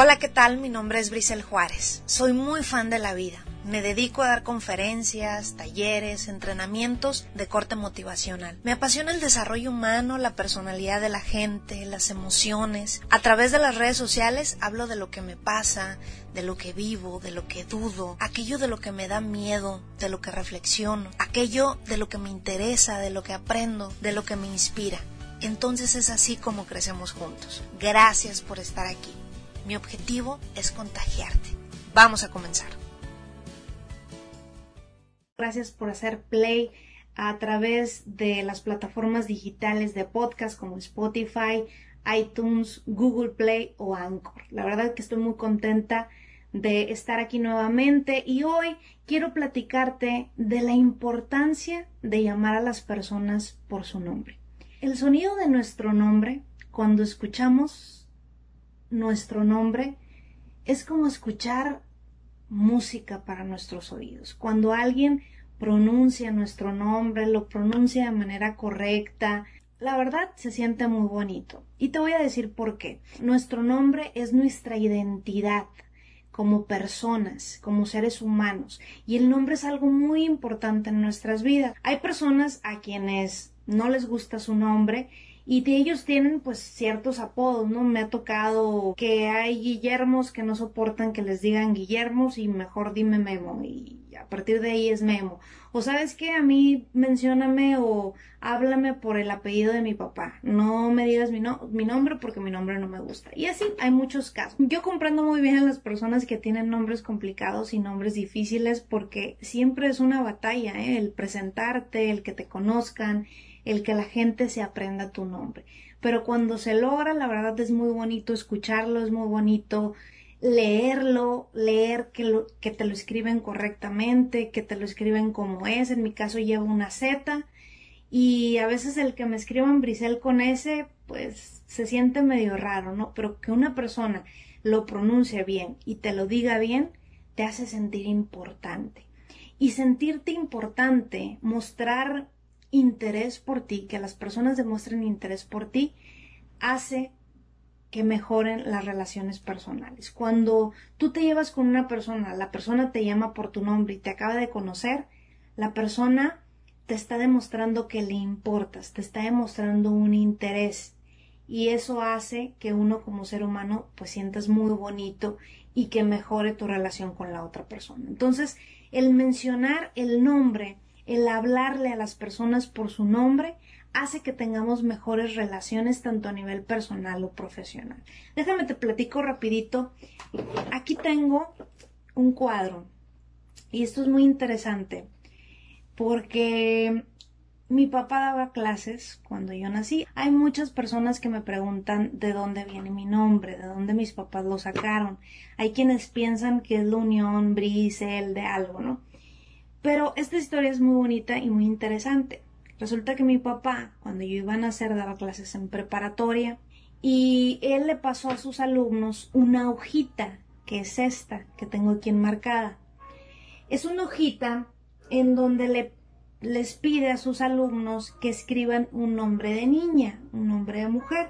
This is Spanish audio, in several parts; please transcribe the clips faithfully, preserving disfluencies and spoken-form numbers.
Hola, ¿qué tal? Mi nombre es Brisel Juárez. Soy muy fan de la vida. Me dedico a dar conferencias, talleres, entrenamientos de corte motivacional. Me apasiona el desarrollo humano, la personalidad de la gente, las emociones. A través de las redes sociales hablo de lo que me pasa, de lo que vivo, de lo que dudo, aquello de lo que me da miedo, de lo que reflexiono, aquello de lo que me interesa, de lo que aprendo, de lo que me inspira. Entonces es así como crecemos juntos. Gracias por estar aquí. Mi objetivo es contagiarte. Vamos a comenzar. Gracias por hacer play a través de las plataformas digitales de podcast como Spotify, iTunes, Google Play o Anchor. La verdad que estoy muy contenta de estar aquí nuevamente y hoy quiero platicarte de la importancia de llamar a las personas por su nombre. El sonido de nuestro nombre, cuando escuchamos nuestro nombre, es como escuchar música para nuestros oídos. Cuando alguien pronuncia nuestro nombre, lo pronuncia de manera correcta, la verdad se siente muy bonito. Y te voy a decir por qué. Nuestro nombre es nuestra identidad como personas, como seres humanos. Y el nombre es algo muy importante en nuestras vidas. Hay personas a quienes no les gusta su nombre y de ellos tienen pues ciertos apodos, ¿no? Me ha tocado que hay Guillermos que no soportan que les digan Guillermos y mejor dime Memo y a partir de ahí es Memo. O sabes qué, a mí mencióname o háblame por el apellido de mi papá. No me digas mi, no, mi nombre porque mi nombre no me gusta. Y así hay muchos casos. Yo comprendo muy bien a las personas que tienen nombres complicados y nombres difíciles porque siempre es una batalla, ¿eh? El presentarte, el que te conozcan, el que la gente se aprenda tu nombre. Pero cuando se logra, la verdad es muy bonito escucharlo, es muy bonito leerlo, leer que, lo, que te lo escriben correctamente, que te lo escriben como es. En mi caso llevo una Z y a veces el que me escriban Brisel con S, pues se siente medio raro, ¿no? Pero que una persona lo pronuncie bien y te lo diga bien, te hace sentir importante. Y sentirte importante, mostrar interés por ti, que las personas demuestren interés por ti, hace que mejoren las relaciones personales. Cuando tú te llevas con una persona, la persona te llama por tu nombre y te acaba de conocer, la persona te está demostrando que le importas, te está demostrando un interés y eso hace que uno como ser humano pues sientas muy bonito y que mejore tu relación con la otra persona. Entonces, el mencionar el nombre, el hablarle a las personas por su nombre, hace que tengamos mejores relaciones tanto a nivel personal o profesional. Déjame te platico rapidito. Aquí tengo un cuadro y esto es muy interesante porque mi papá daba clases cuando yo nací. Hay muchas personas que me preguntan de dónde viene mi nombre, de dónde mis papás lo sacaron. Hay quienes piensan que es la unión, Brisel, de algo, ¿no? Pero esta historia es muy bonita y muy interesante. Resulta que mi papá, cuando yo iba a nacer, daba clases en preparatoria y él le pasó a sus alumnos una hojita, que es esta, que tengo aquí enmarcada. Es una hojita en donde le, les pide a sus alumnos que escriban un nombre de niña, un nombre de mujer.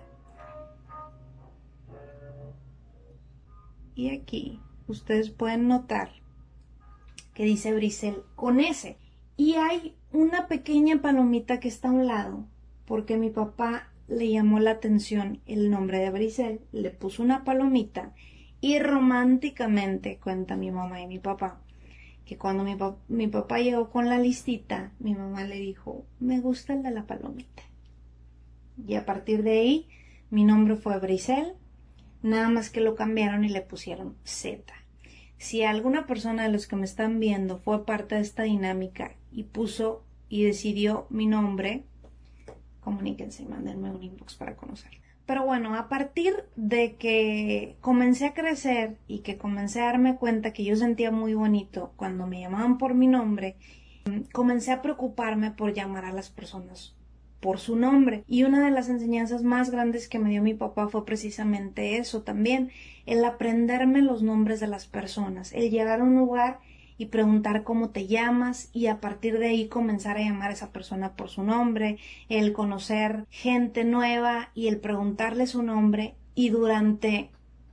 Y aquí ustedes pueden notar que dice Brisel con S. Y hay una pequeña palomita que está a un lado, porque mi papá le llamó la atención el nombre de Brisel, le puso una palomita y románticamente, cuenta mi mamá y mi papá, que cuando mi, pa- mi papá llegó con la listita, mi mamá le dijo, me gusta el de la palomita. Y a partir de ahí, mi nombre fue Brisel, nada más que lo cambiaron y le pusieron Z. Si alguna persona de los que me están viendo fue parte de esta dinámica y puso y decidió mi nombre, comuníquense y mándenme un inbox para conocerla. Pero bueno, a partir de que comencé a crecer y que comencé a darme cuenta que yo sentía muy bonito cuando me llamaban por mi nombre, comencé a preocuparme por llamar a las personas por su nombre. Y una de las enseñanzas más grandes que me dio mi papá fue precisamente eso también, el aprenderme los nombres de las personas, el llegar a un lugar y preguntar cómo te llamas y a partir de ahí comenzar a llamar a esa persona por su nombre, el conocer gente nueva y el preguntarle su nombre y durante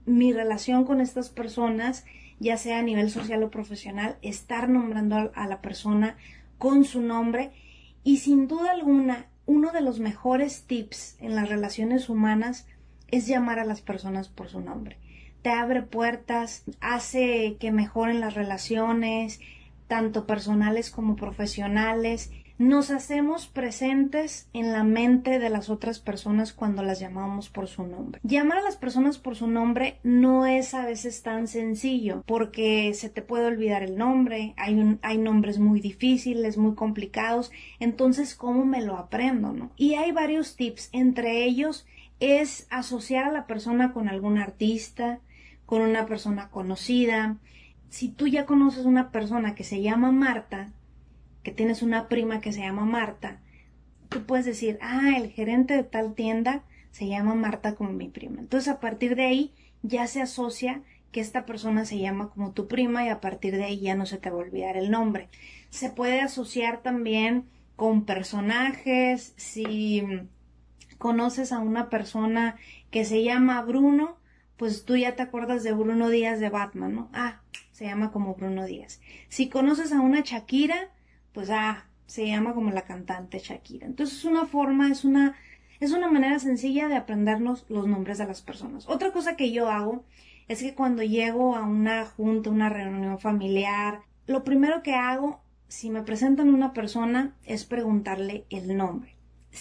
mi relación con estas personas, ya sea a nivel social o profesional, estar nombrando a, a la persona con su nombre. Y sin duda alguna, uno de los mejores tips en las relaciones humanas es llamar a las personas por su nombre. Te abre puertas, hace que mejoren las relaciones, tanto personales como profesionales. Nos hacemos presentes en la mente de las otras personas cuando las llamamos por su nombre. Llamar a las personas por su nombre no es a veces tan sencillo porque se te puede olvidar el nombre, hay, un, hay nombres muy difíciles, muy complicados, entonces ¿cómo me lo aprendo, no? Y hay varios tips, entre ellos es asociar a la persona con algún artista, con una persona conocida. Si tú ya conoces una persona que se llama Marta, que tienes una prima que se llama Marta, tú puedes decir, ah, el gerente de tal tienda se llama Marta como mi prima. Entonces a partir de ahí ya se asocia que esta persona se llama como tu prima y a partir de ahí ya no se te va a olvidar el nombre. Se puede asociar también con personajes. Si conoces a una persona que se llama Bruno, pues tú ya te acuerdas de Bruno Díaz de Batman, ¿no? Ah, se llama como Bruno Díaz. Si conoces a una Shakira, pues ah, se llama como la cantante Shakira. Entonces es una forma, es una, es una manera sencilla de aprendernos los nombres de las personas. Otra cosa que yo hago es que cuando llego a una junta, una reunión familiar, lo primero que hago, si me presentan una persona, es preguntarle el nombre.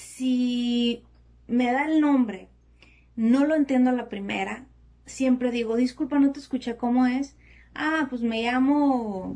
Si me da el nombre, no lo entiendo a la primera, siempre digo, disculpa, no te escuché, ¿cómo es? Ah, pues me llamo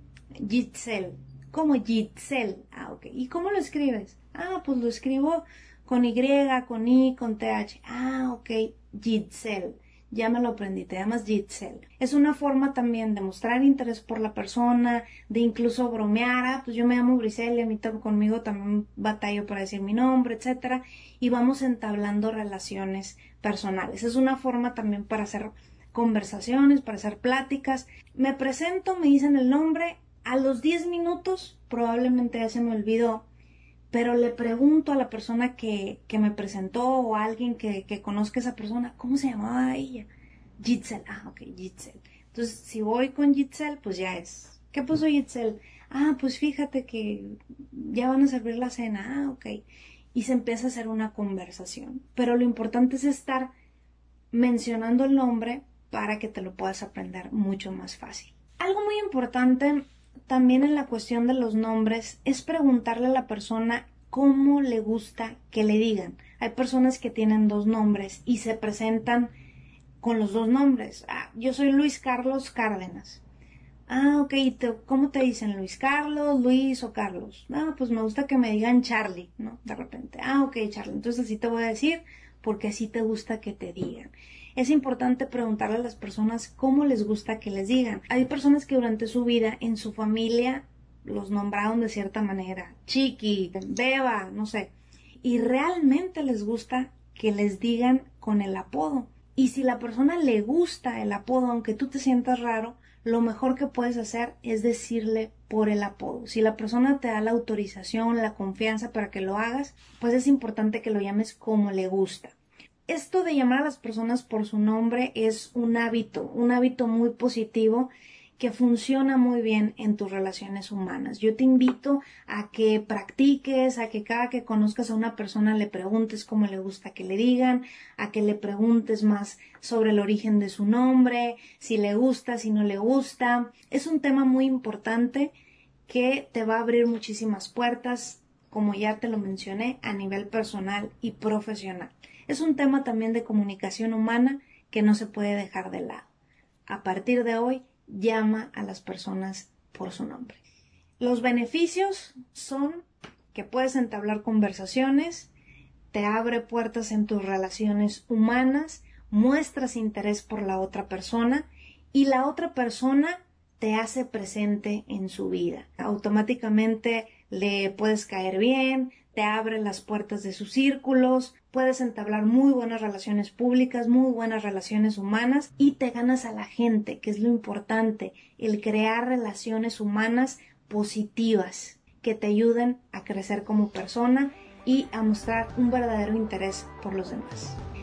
Giselle. ¿Cómo Giselle? Ah, ok. ¿Y cómo lo escribes? Ah, pues lo escribo con Y, con I, con T H. Ah, ok. Giselle. Ya me lo aprendí, te llamas Giselle. Es una forma también de mostrar interés por la persona, de incluso bromear. Ah, pues yo me llamo Briselia, a mí conmigo también batallo para decir mi nombre, etcétera. Y vamos entablando relaciones personales. Es una forma también para hacer conversaciones, para hacer pláticas. Me presento, me dicen el nombre, a los diez minutos probablemente ya se me olvidó, pero le pregunto a la persona que, que me presentó o a alguien que, que conozca a esa persona, ¿cómo se llamaba ella? Giselle. Ah, ok, Giselle. Entonces, si voy con Giselle, pues ya es. ¿Qué puso Giselle? Ah, pues fíjate que ya van a servir la cena. Ah, ok. Y se empieza a hacer una conversación. Pero lo importante es estar mencionando el nombre para que te lo puedas aprender mucho más fácil. Algo muy importante también en la cuestión de los nombres es preguntarle a la persona cómo le gusta que le digan. Hay personas que tienen dos nombres y se presentan con los dos nombres. Ah, yo soy Luis Carlos Cárdenas. Ah, ok, te, ¿cómo te dicen? Luis Carlos, Luis o Carlos. Ah, pues me gusta que me digan Charlie, ¿no? De repente. Ah, ok, Charlie. Entonces así te voy a decir porque así te gusta que te digan. Es importante preguntarle a las personas cómo les gusta que les digan. Hay personas que durante su vida, en su familia, los nombraron de cierta manera. Chiqui, Beba, no sé. Y realmente les gusta que les digan con el apodo. Y si la persona le gusta el apodo, aunque tú te sientas raro, lo mejor que puedes hacer es decirle por el apodo. Si la persona te da la autorización, la confianza para que lo hagas, pues es importante que lo llames como le gusta. Esto de llamar a las personas por su nombre es un hábito, un hábito muy positivo que funciona muy bien en tus relaciones humanas. Yo te invito a que practiques, a que cada que conozcas a una persona le preguntes cómo le gusta que le digan, a que le preguntes más sobre el origen de su nombre, si le gusta, si no le gusta. Es un tema muy importante que te va a abrir muchísimas puertas, como ya te lo mencioné, a nivel personal y profesional. Es un tema también de comunicación humana que no se puede dejar de lado. A partir de hoy, llama a las personas por su nombre. Los beneficios son que puedes entablar conversaciones, te abre puertas en tus relaciones humanas, muestras interés por la otra persona y la otra persona te hace presente en su vida. Automáticamente le puedes caer bien, te abre las puertas de sus círculos, puedes entablar muy buenas relaciones públicas, muy buenas relaciones humanas y te ganas a la gente, que es lo importante, el crear relaciones humanas positivas que te ayuden a crecer como persona y a mostrar un verdadero interés por los demás.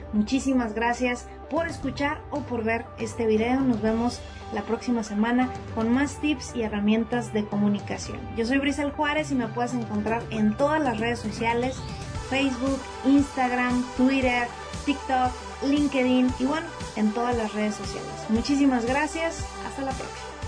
Muchísimas gracias por escuchar o por ver este video. Nos vemos la próxima semana con más tips y herramientas de comunicación. Yo soy Brisel Juárez y me puedes encontrar en todas las redes sociales: Facebook, Instagram, Twitter, TikTok, LinkedIn y bueno, en todas las redes sociales. Muchísimas gracias. Hasta la próxima.